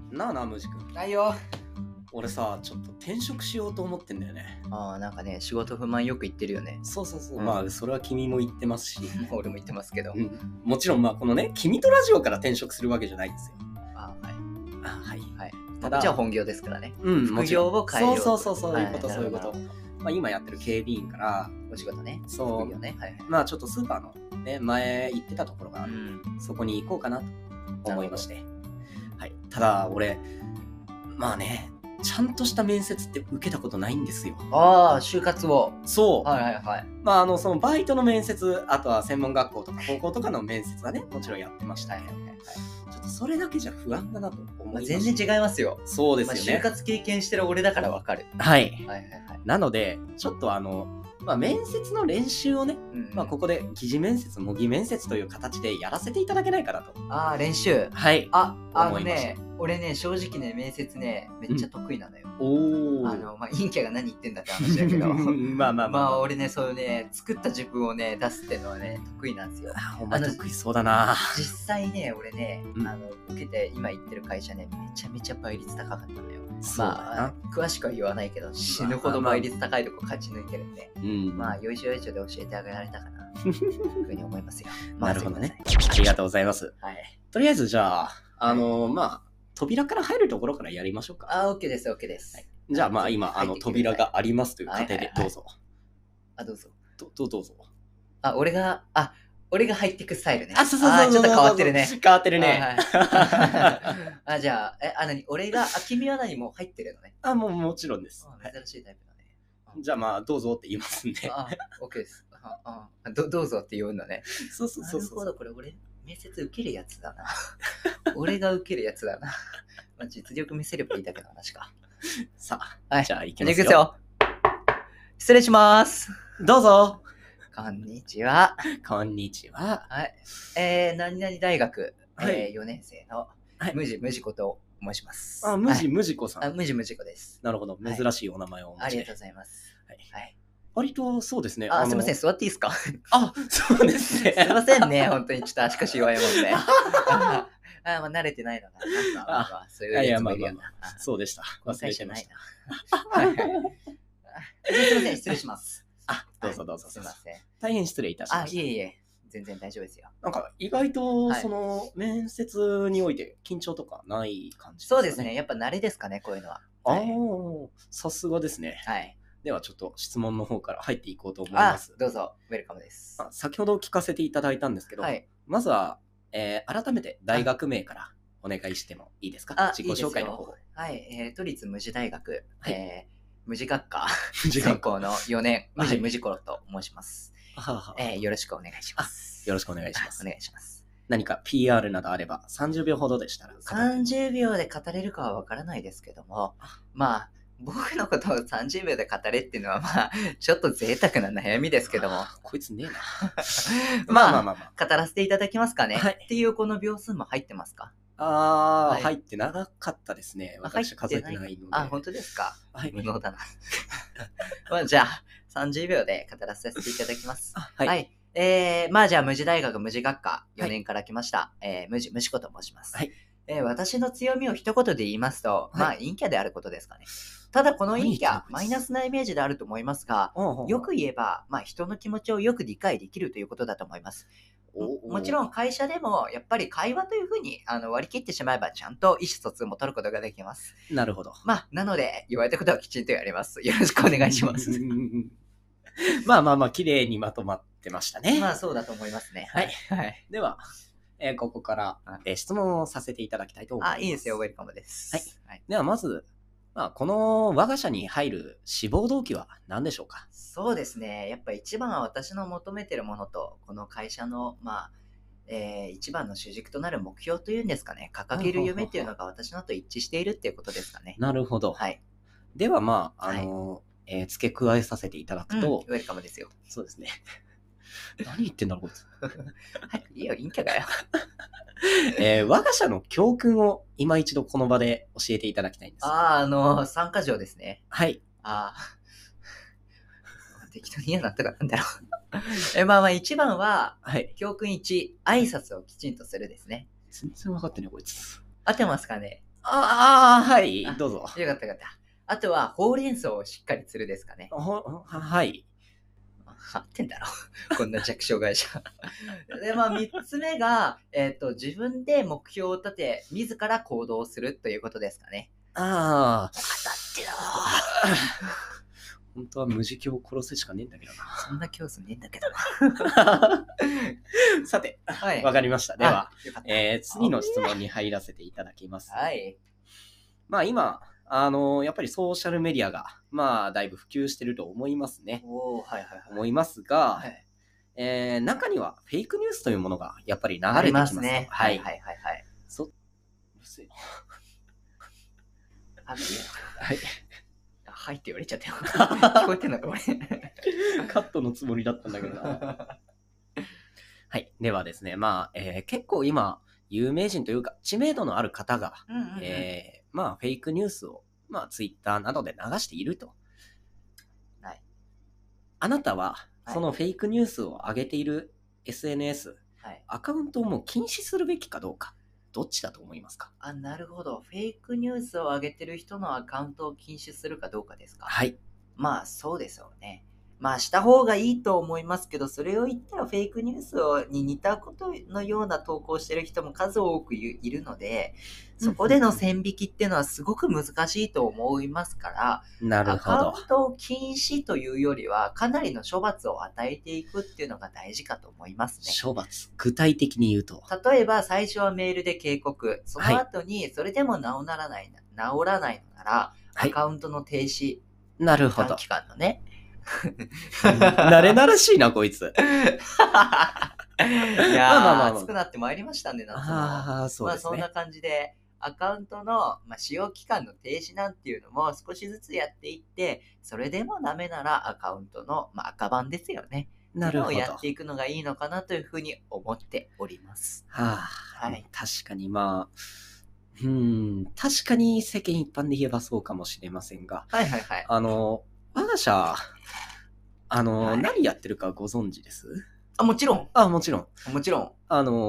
なあなあ、ムジ君。 ないよ。 俺さ、ちょっと転職しようと思ってんだよね。 なんかね、仕事不満よく言ってるよね。 そうそうそう。 うんまあ、それは君も言ってますし。 俺も言ってますけど。 もちろん、まあ、このね、君とラジオから転職するわけじゃないんですよ。 はい。 はい。 はい。 ただじゃあ本業ですからね。 副業を変えようと。 そういうこと、そういうこと。まあ、今やってる警備員から、 お仕事ね。 そう。 副業ね。はい。 まあ、ちょっとスーパーのね、前行ってたところがある。そこに行こうかなと思いまして。はい。ただ、俺、まあね、ちゃんとした面接って受けたことないんですよ。 就活を。 そう。 はい。 まあ、そのバイトの面接、あとは専門学校とか高校とかの面接はね、もちろんやってましたね。ちょっとそれだけじゃ不安だなと思いました。 全然違いますよ。 そうですよね。 就活経験してる俺だからわかる。 はい。なので、ちょっとまあ、面接の練習をね、まあ、ここで疑似面接、模擬面接という形でやらせていただけないかなと。 練習。 はい。 俺ね、正直ね、面接ね、めっちゃ得意なのよ。 まあ、陰キャが何言ってんだって話だけど。 まあ、 俺ね、そういうね、作った自分をね、出すっていうのはね、得意なんですよ。 お前得意そうだな。 実際ね、俺ね、受けて今行ってる会社ね、めちゃめちゃ倍率高かったのよ。まあ、詳しくは言わないけど、死ぬほど倍率高いとこ勝ち抜いてるんで、まあ、よいしょで教えてあげられたかな、というふうに思いますよ。 なるほどね。ありがとうございます。 はい。 とりあえず、じゃあ、まあ、扉から入るところからやりましょうか。 OK です。 じゃあ、まあ、今、扉がありますという過程で、どうぞ。 どうぞ。 どうぞ。 俺が入ってくスタイルね。 そう。 ちょっと変わってるね。 変わってるね。 じゃあ、君は何もう入ってるのね。 もうもちろんです。 珍しいタイプだね。 じゃあまあ、どうぞって言いますんで。 OK です。どうぞって言うんだね。 そう。 なるほど、これ俺、面接受けるやつだな。俺が受けるやつだな。まあ、実力見せればいいだけの話か。 さあ、じゃあ行きますよ。失礼します。 どうぞ。 こんにちは。 はい。 何々大学、4年生のムジコと申します。 ムジコさん。 ムジコです。 なるほど。珍しいお名前をお持ちで。 ありがとうございます。はい。 割とそうですね。 すいません、座っていいですか？ そうですね。 すいませんね、本当にちょっと足腰弱いもんで。慣れてないのかな。そういうやつもいるよな。 そうでした。忘れてました。 すいません、失礼します。 どうぞ。 すいません。 大変失礼いたしました。 いえ。全然大丈夫ですよ。 なんか意外とその面接において緊張とかない感じですかね。 そうですね。やっぱ慣れですかね、こういうのは。 さすがですね。 はい。 ではちょっと質問の方から入っていこうと思います。 どうぞ、ウェルカムです。 先ほど聞かせていただいたんですけど、まずは、改めて大学名からお願いしてもいいですか？自己紹介の方。 はい。都立無地大学、無地学科専攻の4年、無地コロと申します。よろしくお願いします。 よろしくお願いします。 お願いします。 何か PR などあれば30秒ほどでしたら。 30秒で語れるかはわからないですけども、まあ、僕のことを30秒で語れっていうのは、まあ、ちょっと贅沢な悩みですけども。 こいつねえな。 まあ、語らせていただきますかね。 はいっていうこの秒数も入ってますか？ 入って長かったですね。私数えてないので。 本当ですか？無能だな。 じゃあ、30秒で語らせていただきます。 はい。 じゃあ、無地大学無地学科4年から来ました。無地子と申します。私の強みを一言で言いますと、まあ、陰キャであることですかね。ただ、この陰キャ、マイナスなイメージであると思いますが、よく言えば、まあ、人の気持ちをよく理解できるということだと思います。もちろん会社でもやっぱり会話というふうに割り切ってしまえばちゃんと意思疎通も取ることができます。 なるほど。 まあ、なので言われたことはきちんとやります。よろしくお願いします。 まあ、綺麗にまとまってましたね。 まあ、そうだと思いますね。はい。 では、ここから、質問をさせていただきたいと思います。 いいですよ。ウェルカムです。 はい。では、まず、この我が社に入る志望動機は何でしょうか？ そうですね。やっぱ一番は私の求めてるものと、この会社の、一番の主軸となる目標というんですかね。掲げる夢っていうのが私のと一致しているっていうことですかね。 なるほど。 はい。 では、付け加えさせていただくと、 ウェルカムですよ。 そうですね。何言ってんだろう、こいつ。 いいよ、陰キャだよ。 我が社の教訓を今一度この場で教えていただきたいんです。 3か条ですね。 はい。 適当に嫌になったからなんだろう。一番は、教訓1、挨拶をきちんとするですね。 全然分かってね、こいつ。 合ってますかね？ はい、どうぞ。 よかったよかった。あとは、ほうれん草をしっかり釣るですかね。 はい。 合ってんだろ。こんな弱小会社。で、まあ、3つ目が、自分で目標を立て、自ら行動するということですかね。 当たってよ。 本当は無慈悲を殺すしかねえんだけどな。 そんな競争ねえんだけどな。 さて、わかりました。では、次の質問に入らせていただきます。 はい。 まあ今、やっぱりソーシャルメディアが、まあだいぶ普及してると思いますね。思いますが、中にはフェイクニュースというものがやっぱり流れてきますね。 はい。 うるせえな。 はい。はいって言われちゃったよ。 聞聞こえてんのか俺。 カットのつもりだったんだけどな。はい。ではですね、まあ、結構今、有名人というか、知名度のある方が、まあ、フェイクニュースを、まあ、ツイッターなどで流していると。 はい。 あなたは、そのフェイクニュースを上げている SNS、アカウントをもう禁止するべきかどうか。どっちだと思いますか？ なるほど。フェイクニュースを上げてる人のアカウントを禁止するかどうかですか？ はい。 まあ、そうですよね。まあ、した方がいいと思いますけど、それを言ったらフェイクニュースに似たことのような投稿してる人も数多くいるので、そこでの線引きっていうのはすごく難しいと思いますから、 なるほど。 アカウントを禁止というよりは、かなりの処罰を与えていくっていうのが大事かと思いますね。 処罰。具体的に言うと。 例えば、最初はメールで警告。その後に、それでも治らないのなら、アカウントの停止。 なるほど。 短期間のね。 慣れならしいな、こいつ。 いやー、暑くなってまいりましたね、夏も。 そうですね。 まあそんな感じで、アカウントの、使用期間の停止なんていうのも少しずつやっていって、それでもダメならアカウントの、赤版ですよね。なるほど。やっていくのがいいのかなというふうに思っております。 はい。確かに確かに世間一般で言えばそうかもしれませんが。我が社、何やってるかご存知です？ もちろん。 もちろん。 もちろん。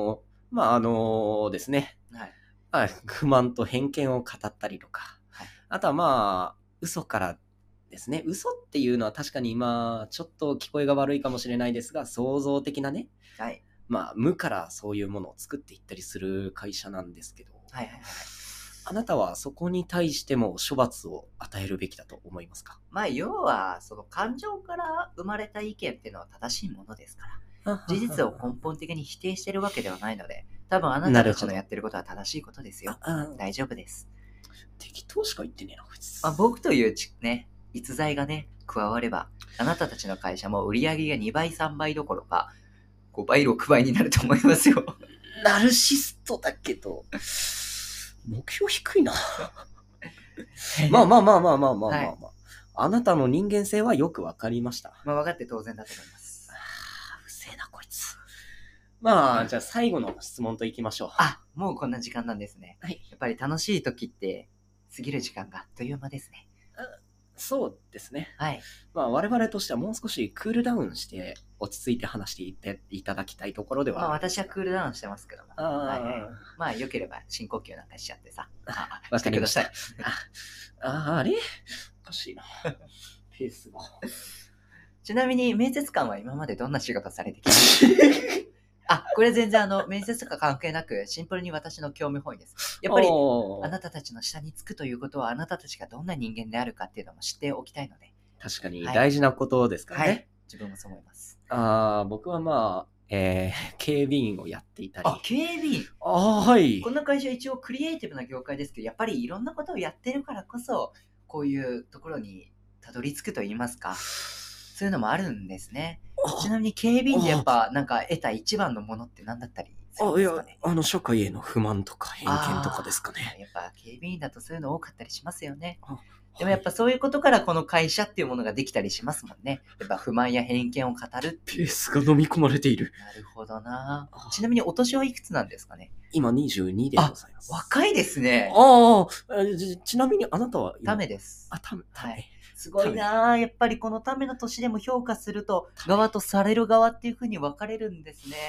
ですね。不満と偏見を語ったりとか。あとは嘘からですね。嘘っていうのは確かに今、ちょっと聞こえが悪いかもしれないですが、創造的なね。無からそういうものを作っていったりする会社なんですけど。あなたはそこに対しても処罰を与えるべきだと思いますか？ 要は、その感情から生まれた意見っていうのは正しいものですから。事実を根本的に否定してるわけではないので、多分あなたたちのやってることは正しいことですよ。大丈夫です。 適当しか言ってねえな、こいつ。 僕というね、逸材がね、加われば、あなたたちの会社も売り上げが2倍、3倍どころか、5倍、6倍になると思いますよ。 ナルシストだけど、目標低いな。まあ。あなたの人間性はよくわかりました。 分かって当然だと思います。 うせえな、こいつ。じゃあ最後の質問といきましょう。もうこんな時間なんですね。やっぱり楽しい時って、過ぎる時間があっという間ですね。 そうですね。我々としてはもう少しクールダウンして落ち着いて話していただきたいところでは。 私はクールダウンしてますけども。よければ深呼吸なんかしちゃってさ。 わかりました。あれおかしいな。ペースが。 ちなみに面接官は今までどんな仕事されてきましたこれ全然面接とか関係なくシンプルに私の興味本位です。やっぱりあなたたちの下につくということはあなたたちがどんな人間であるかっていうのも知っておきたいので。 確かに大事なことですからね。 自分もそう思います。 僕は警備員をやっていたり。 警備員はい。 この会社一応クリエイティブな業界ですけど、やっぱりいろんなことをやってるからこそ、こういうところにたどり着くと言いますか、そういうのもあるんですね。ちなみに警備員でやっぱなんか得た一番のものって何だったりするんですかね？ 社会への不満とか偏見とかですかね。 やっぱ警備員だとそういうの多かったりしますよね。でもやっぱそういうことからこの会社っていうものができたりしますもんね。やっぱ不満や偏見を語る。 ペースが飲み込まれている。 なるほどな。ちなみにお年はいくつなんですかね？ 今22でございます。 若いですね。 ちなみにあなたはためです。 ため。 すごいな。やっぱりこのための年でも評価すると側とされる側っていう風に分かれるんですね。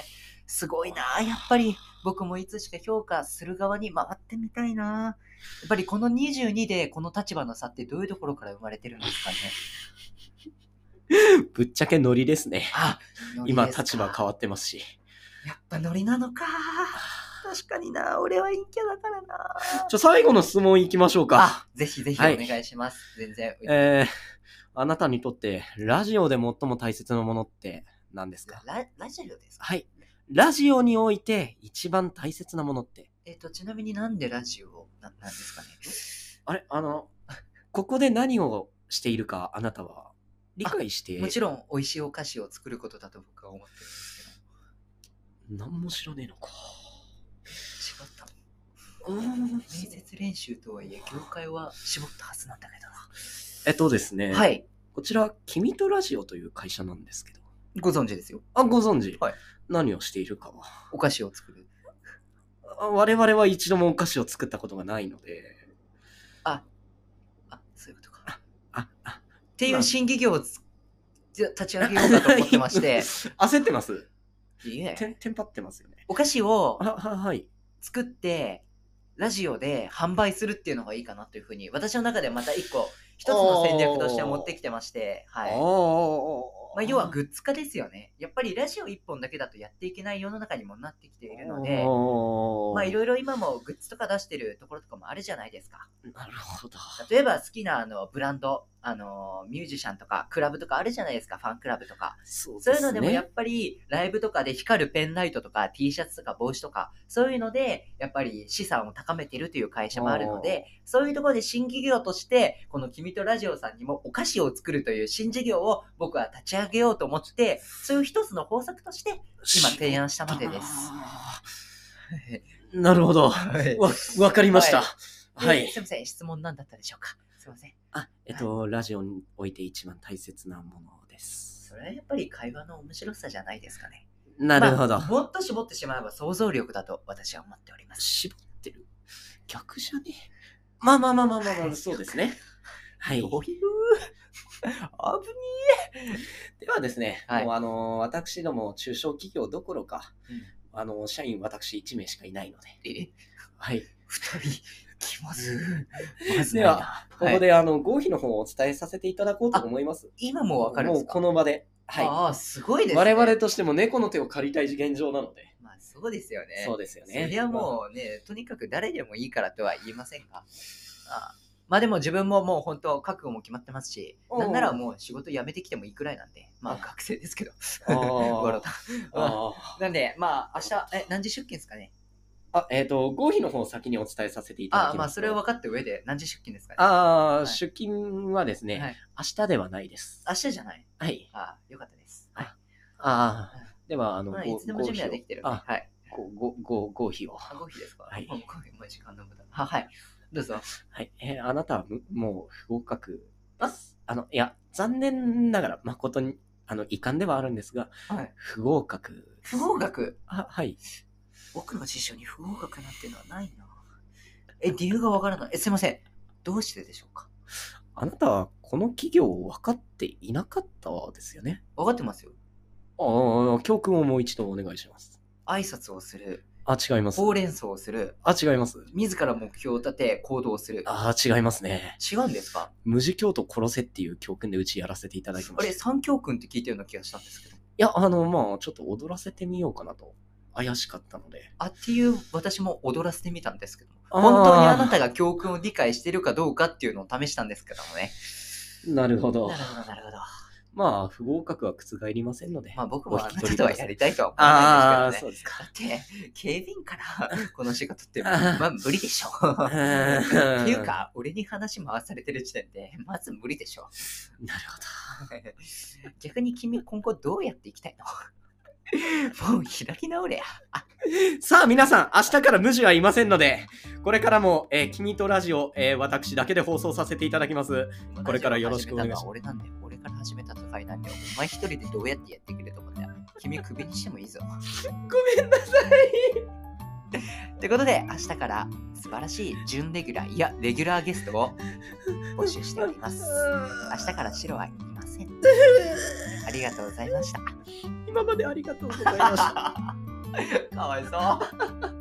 すごいな。やっぱり僕もいつしか評価する側に回ってみたいな。やっぱりこの22でこの立場の差ってどういうところから生まれてるんですかね。 ぶっちゃけノリですね。今ノリですか。 立場変わってますし。 やっぱノリなのか。確かにな。俺は陰キャだからな。 最後の質問いきましょうか。 ぜひぜひお願いします。全然。 あなたにとってラジオで最も大切なものって何ですか？ ラジオですか？ はい。ラジオにおいて一番大切なものって。 ちなみになんでラジオなんですかね。 あれ、ここで何をしているかあなたは理解して。 もちろん美味しいお菓子を作ることだと僕は思ってるんですけど。何も知らねえのか。 違ったの。面接練習とはいえ業界は絞ったはずなんだけどな。 ですね。 はい。 こちら、君とラジオという会社なんですけど。 ご存知ですよ。 ご存知。 はい。 何をしているかは。 お菓子を作る。 我々は一度もお菓子を作ったことがないので。 そういうことか。っていう新企業を立ち上げようかと思ってまして。 焦ってます？ いえ。 テンパってますよね。 お菓子をはい作って、ラジオで販売するっていうのがいいかなというふうに、私の中でまた一つの戦略として持ってきてまして、はい。要はグッズ化ですよね。やっぱりラジオ1本だけだとやっていけない世の中にもなってきているので、いろいろ今もグッズとか出してるところとかもあるじゃないですか。 なるほど。 例えば好きなブランド、ミュージシャンとかクラブとかあるじゃないですか。ファンクラブとか。そういうのでもやっぱりライブとかで光るペンライトとか T シャツとか帽子とかそういうのでやっぱり資産を高めているという会社もあるので、そういうところで新企業としてこの君とラジオさんにもお菓子を作るという新事業を僕は立ち上げようと思って、そういう一つの方策として今提案したのでです。 なるほど。わかりました。 はい。すみません。質問なんだったでしょうか。すみません。 ラジオにおいて一番大切なものです。 それはやっぱり会話の面白さじゃないですかね。 なるほど。 もっと絞ってしまえば想像力だと私は思っております。 絞ってる？逆じゃね？まあ、そうですね。はい。 どういう？危ねえ。ではですね、もう私ども中小企業どころか、社員私1名しかいないので。はい。 2人。気まずい。 では、ここで合否の方をお伝えさせていただこうと思います。 今もわかるんですか？ もうこの場で。 はい。すごいですね。 我々としても猫の手を借りたい現状なので。 そうですよね。 そうですよね。 それはもうね、とにかく誰でもいいからとは言いませんか？でも自分ももう本当覚悟も決まってますし、なんならもう仕事辞めてきてもいいくらいなんで、学生ですけど。なんで、明日、何時出勤ですかね？ 合否の方を先にお伝えさせていただきます。 それを分かった上で何時出勤ですかね？ 出勤はですね、明日ではないです。 明日じゃない？ はい。 よかったです。 では、 いつでも準備はできてるんで。はい。 合否を。 合否ですか？ はい。 もう時間の無駄。はい。どうぞ。 はい。あなたはもう不合格です。いや、残念ながら誠に遺憾ではあるんですが、不合格。 不合格？ はい。 僕の辞書に不合格なんていうのはないな。理由がわからない。すいません。どうしてでしょうか？ あなたはこの企業を分かっていなかったですよね。 分かってますよ。 教訓をもう一度お願いします。 挨拶をする。 違います。 ほうれん草をする。 違います。 自ら目標を立て行動する。 違いますね。 違うんですか？ 無事教徒殺せっていう教訓でうちやらせていただきました。 3教訓って聞いたような気がしたんですけど。いや、ちょっと踊らせてみようかなと。怪しかったので。 っていう私も踊らせてみたんですけど。本当にあなたが教訓を理解しているかどうかっていうのを試したんですけどもね。 なるほど。 なるほど。 不合格は覆りませんので。 僕もあなたとはやりたいとは思わないですけどね。 そうですか。 だって、警備員からこの仕事って、無理でしょ。っていうか、俺に話回されてる時点で、まず無理でしょ。 なるほど。 逆に君、今後どうやっていきたいの？もう開き直れや。 さあ皆さん、明日から無地はいませんので、これからも、君とラジオ、私だけで放送させていただきます。これからよろしくお願いします。 俺なんで、俺から始めた戦いなんで、お前一人でどうやってやってくれと思ったら、君クビにしてもいいぞ。 ごめんなさい。 ということで、明日から素晴らしい準レギュラー、いや、レギュラーゲストを募集しております。明日から白はいません。ありがとうございました。 今までありがとうございました。 かわいそう。